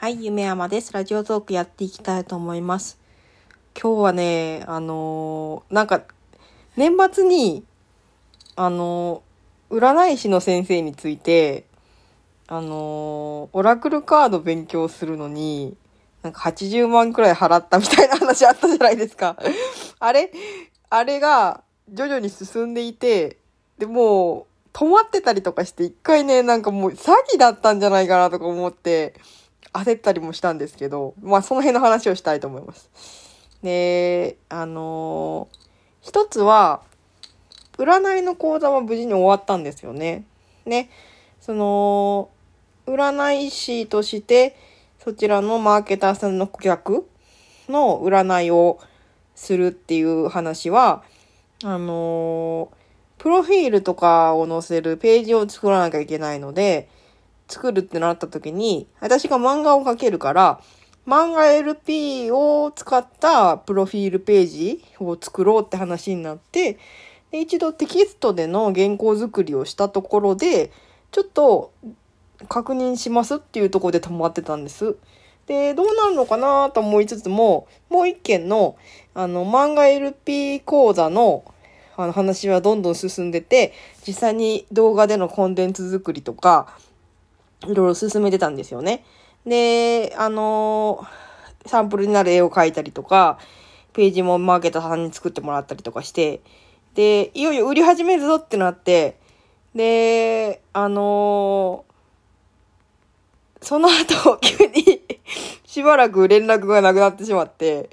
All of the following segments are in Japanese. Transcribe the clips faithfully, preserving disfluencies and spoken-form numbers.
はい、夢山です。ラジオトークやっていきたいと思います。今日はね、あのー、なんか、年末に、あのー、占い師の先生について、あのー、オラクルカード勉強するのに、なんかはちじゅうまんくらい払ったみたいな話あったじゃないですか。あれあれが徐々に進んでいて、で、もう止まってたりとかして、一回ね、なんかもう詐欺だったんじゃないかなとか思って、焦ったりもしたんですけど、まあその辺の話をしたいと思います。で、あのー、一つは、占いの講座は無事に終わったんですよね。ね。その、占い師として、そちらのマーケターさんの顧客の占いをするっていう話は、あのー、プロフィールとかを載せるページを作らなきゃいけないので、作るってなった時に、私が漫画を描けるから、漫画 エルピー を使ったプロフィールページを作ろうって話になって、で一度テキストでの原稿作りをしたところで、ちょっと確認しますっていうところで止まってたんです。で、どうなるのかなと思いつつも、もう一件の、あの、漫画 エルピー 講座の、あの話はどんどん進んでて、実際に動画でのコンテンツ作りとか、いろいろ進めてたんですよね。で、あのー、サンプルになる絵を描いたりとか、ページもマーケターさんに作ってもらったりとかして、で、いよいよ売り始めるぞってなって、で、あのー、その後、急にしばらく連絡がなくなってしまって、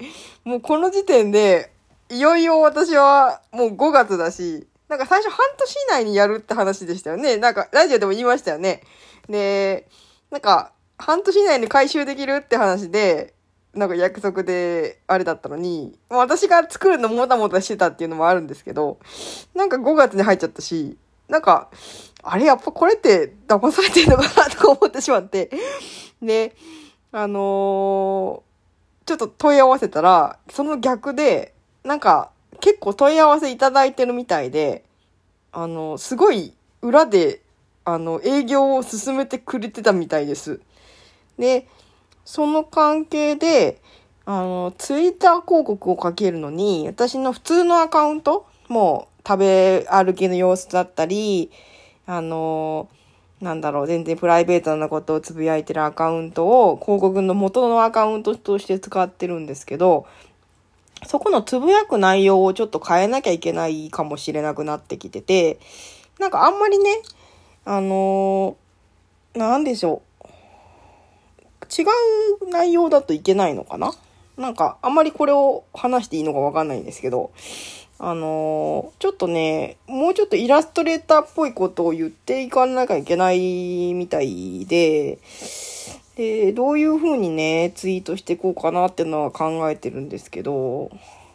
もうこの時点で、いよいよ私はもうごがつだし、なんか最初半年以内にやるって話でしたよね。なんかラジオでも言いましたよね。で、なんか半年以内に回収できるって話で、なんか約束であれだったのに、私が作るのもたもたしてたっていうのもあるんですけど、なんかごがつに入っちゃったし、なんか、あれやっぱこれって騙されてるのかなとか思ってしまって。で、あのー、ちょっと問い合わせたら、その逆で、なんか結構問い合わせいただいてるみたいで、あの、すごい裏で、あの、営業を進めてくれてたみたいです。で、その関係で、あの、ツイッター広告をかけるのに、私の普通のアカウント、もう食べ歩きの様子だったり、あの、なんだろう、全然プライベートなことをつぶやいてるアカウントを広告の元のアカウントとして使ってるんですけど、そこのつぶやく内容をちょっと変えなきゃいけないかもしれなくなってきてて、なんかあんまりね、あのー、なんでしょう。違う内容だといけないのかな？なんかあんまりこれを話していいのかわかんないんですけど、あのー、ちょっとね、もうちょっとイラストレーターっぽいことを言っていかなきゃいけないみたいで、で、どういう風にね、ツイートしていこうかなっていうのは考えてるんですけど、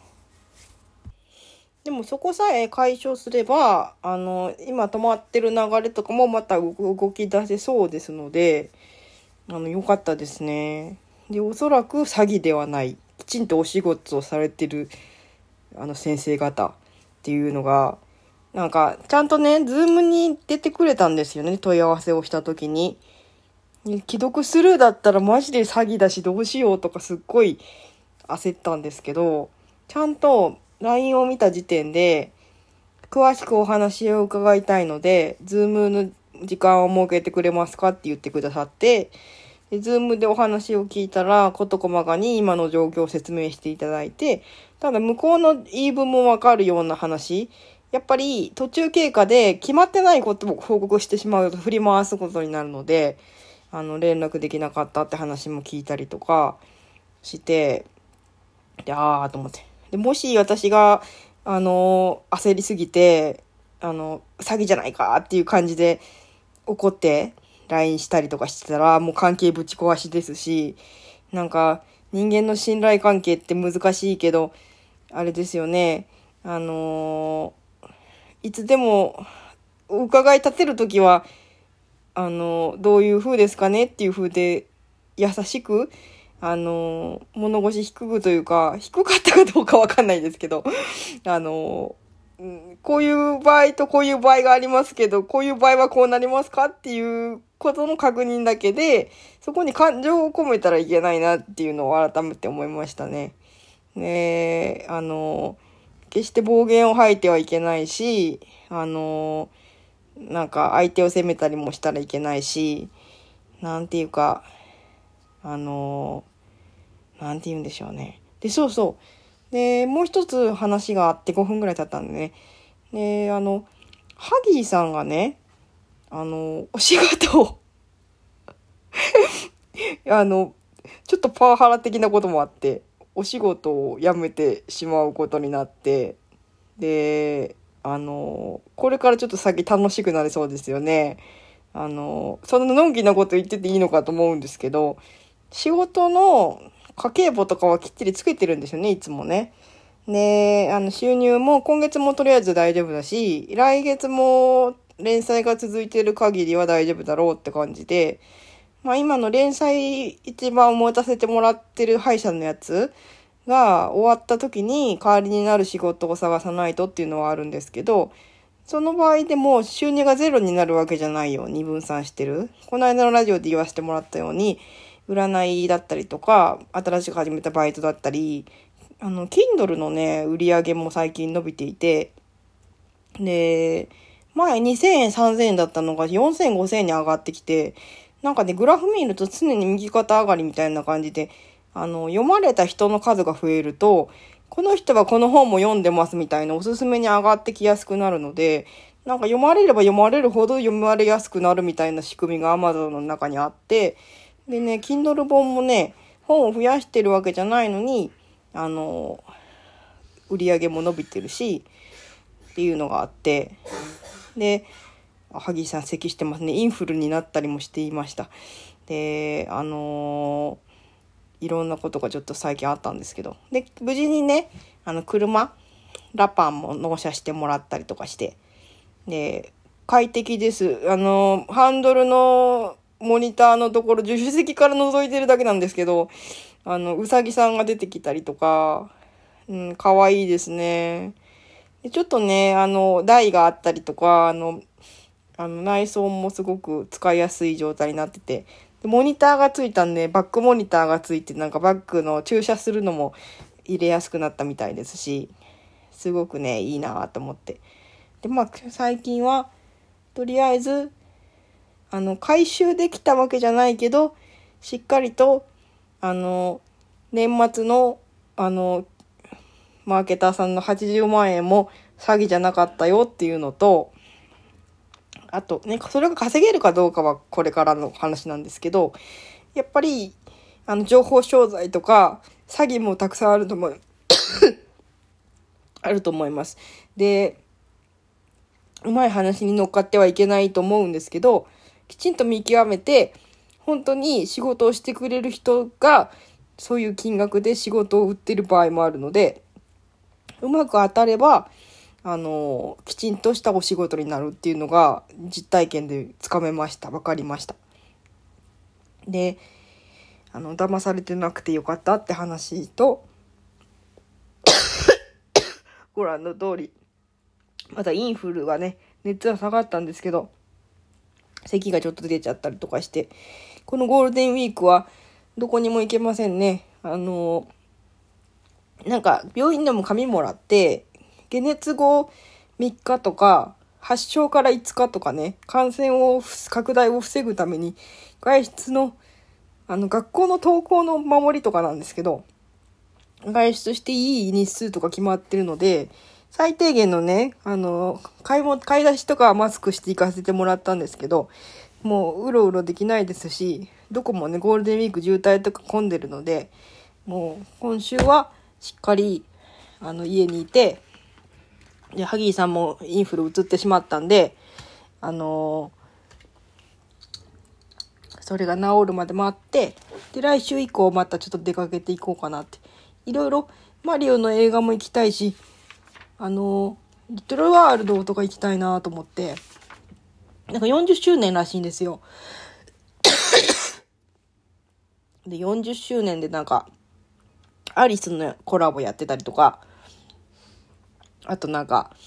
でもそこさえ解消すれば、あの、今止まってる流れとかもまた動き出せそうですので、あの、良かったですね。で、おそらく詐欺ではない。きちんとお仕事をされてる、あの、先生方っていうのが、なんか、ちゃんとね、ズームに出てくれたんですよね、問い合わせをした時に。既読スルーだったらマジで詐欺だしどうしようとかすっごい焦ったんですけど、ちゃんと ライン を見た時点で、詳しくお話を伺いたいので、ズームの時間を設けてくれますかって言ってくださって、で、ズームでお話を聞いたら、事細かに今の状況を説明していただいて、ただ向こうの言い分もわかるような話、やっぱり途中経過で決まってないことを報告してしまうと振り回すことになるので、あの、連絡できなかったって話も聞いたりとかして、で、あーと思って。で、もし私が、あの、焦りすぎて、あの、詐欺じゃないかっていう感じで怒って ライン したりとかしてたら、もう関係ぶち壊しですし、なんか人間の信頼関係って難しいけど、あれですよね。あのいつでも伺い立てるときは、あの、どういう風ですかねっていう風で優しく、あの、物腰低くというか、低かったかどうかわかんないですけど、あの、 こういう場合とこういう場合がありますけど、こういう場合はこうなりますかっていうことの確認だけで、そこに感情を込めたらいけないなっていうのを改めて思いましたね。ね、あの、決して暴言を吐いてはいけないし、あの、なんか相手を責めたりもしたらいけないし、なんていうか、あの、なんて言うんでしょうね。で、そうそう。で、もう一つ話があってごふんぐらい経ったんでね。で、あの、ハギーさんがね、あの、お仕事をあの、ちょっとパワハラ的なこともあって、お仕事を辞めてしまうことになって、で、あの、これからちょっと先楽しくなりそうですよね。あの、そんなのんきなこと言ってていいのかと思うんですけど、仕事の家計簿とかはきっちりつけてるんですよね、いつもね。で、あの、収入も今月もとりあえず大丈夫だし、来月も連載が続いている限りは大丈夫だろうって感じで、まあ今の連載一番持たせてもらってる歯医者のやつが終わった時に代わりになる仕事を探さないとっていうのはあるんですけど、その場合でも収入がゼロになるわけじゃないように分散してる。この間のラジオで言わせてもらったように、占いだったりとか、新しく始めたバイトだったり、あの、Kindle のね、売り上げも最近伸びていて、で、前にせんえん、さんぜんえんだったのがよんせん、ごせんえんに上がってきて、なんかね、グラフ見ると常に右肩上がりみたいな感じで、あの、読まれた人の数が増えると、この人はこの本も読んでますみたいなおすすめに上がってきやすくなるので、なんか読まれれば読まれるほど読まれやすくなるみたいな仕組みが Amazon の中にあって、でね、Kindle 本もね、本を増やしてるわけじゃないのに、あの、売り上げも伸びてるし、っていうのがあって、で、萩井さん咳してますね。インフルになったりもしていました。で、あのー、いろんなことがちょっと最近あったんですけど。で、無事にね、あの、車、ラパンも納車してもらったりとかして。で、快適です。あのー、ハンドルのモニターのところ、助手席から覗いてるだけなんですけど、あの、うさぎさんが出てきたりとか、うん、かわいいですね。でちょっとね、あの、台があったりとか、あの、あの内装もすごく使いやすい状態になってて、でモニターがついたんで、バックモニターがついて、なんかバックの駐車するのも入れやすくなったみたいですし、すごくね、いいなと思って。で、まあ、最近は、とりあえず、あの、回収できたわけじゃないけど、しっかりと、あの、年末の、あの、マーケターさんのはちじゅうまんえんも詐欺じゃなかったよっていうのと、あとね、それが稼げるかどうかはこれからの話なんですけど、やっぱり、あの、情報商材とか、詐欺もたくさんあると思う、あると思います。で、うまい話に乗っかってはいけないと思うんですけど、きちんと見極めて、本当に仕事をしてくれる人が、そういう金額で仕事を売ってる場合もあるので、うまく当たれば、あの、きちんとしたお仕事になるっていうのが実体験でつかめました。わかりました。で、あの、騙されてなくてよかったって話と、ご覧の通り、またインフルがね、熱は下がったんですけど、咳がちょっと出ちゃったりとかして、このゴールデンウィークはどこにも行けませんね。あの、なんか病院でも紙もらって、解熱後みっかとか、発症からいつかとかね、感染を、拡大を防ぐために、外出の、あの、学校の登校の守りとかなんですけど、外出していい日数とか決まってるので、最低限のね、あの、買い物、買い出しとかはマスクして行かせてもらったんですけど、もううろうろできないですし、どこもね、ゴールデンウィーク渋滞とか混んでるので、もう今週はしっかり、あの、家にいて、で、ハギーさんもインフル移ってしまったんで、あのー、それが治るまで待って、で、来週以降またちょっと出かけていこうかなって。いろいろ、マリオの映画も行きたいし、あのー、リトルワールドとか行きたいなと思って、なんかよんじゅっしゅうねんらしいんですよ。で、よんじゅっしゅうねんでなんか、アリスのコラボやってたりとか、あとなんか、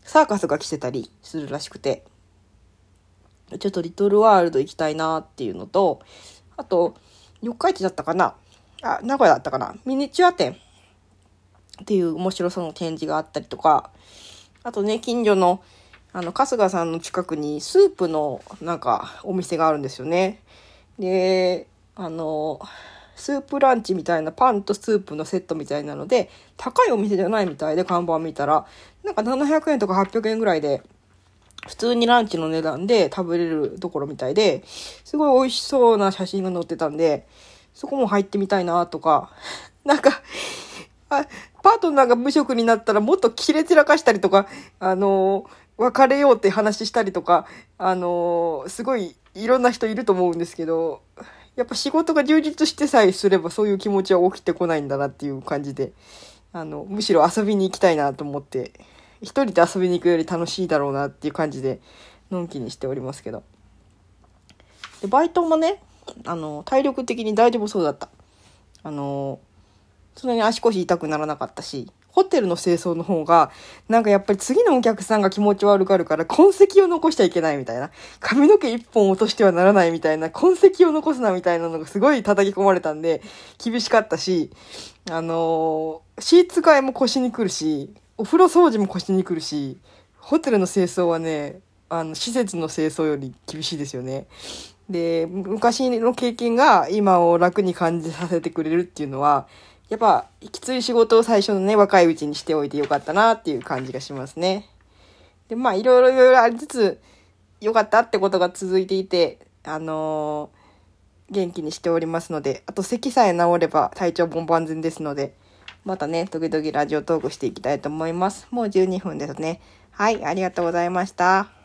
サーカスが来てたりするらしくて、ちょっとリトルワールド行きたいなっていうのと、あと、四日市だったかなあ、名古屋だったかなミニチュア展っていう面白そうな展示があったりとか、あとね、近所の、あの、春日さんの近くにスープのなんかお店があるんですよね。で、あの、スープランチみたいなパンとスープのセットみたいなので、高いお店じゃないみたいで看板見たら、なんかななひゃくえんとかはっぴゃくえんぐらいで、普通にランチの値段で食べれるところみたいで、すごい美味しそうな写真が載ってたんで、そこも入ってみたいなとか、なんか、あ、パートナーが無職になったらもっとキレ散らかしたりとか、あのー、別れようって話したりとか、あのー、すごいいろんな人いると思うんですけど、やっぱ仕事が充実してさえすればそういう気持ちは起きてこないんだなっていう感じで、あの、むしろ遊びに行きたいなと思って、一人で遊びに行くより楽しいだろうなっていう感じで、のんきにしておりますけど。で、バイトもね、あの、体力的に大丈夫そうだった。あの、そんなに足腰痛くならなかったし、ホテルの清掃の方が、なんかやっぱり次のお客さんが気持ち悪がるから痕跡を残しちゃいけないみたいな。髪の毛一本落としてはならないみたいな、痕跡を残すなみたいなのがすごい叩き込まれたんで、厳しかったし、あのー、シーツ替えも腰に来るし、お風呂掃除も腰に来るし、ホテルの清掃はね、あの、施設の清掃より厳しいですよね。で、昔の経験が今を楽に感じさせてくれるっていうのは、やっぱ、きつい仕事を最初のね、若いうちにしておいてよかったなっていう感じがしますね。で、まあ、いろいろいろいろありつつ、よかったってことが続いていて、あのー、元気にしておりますので、あと咳さえ治れば体調も万全ですので、またね、時々ラジオトークしていきたいと思います。もうじゅうにふんですね。はい、ありがとうございました。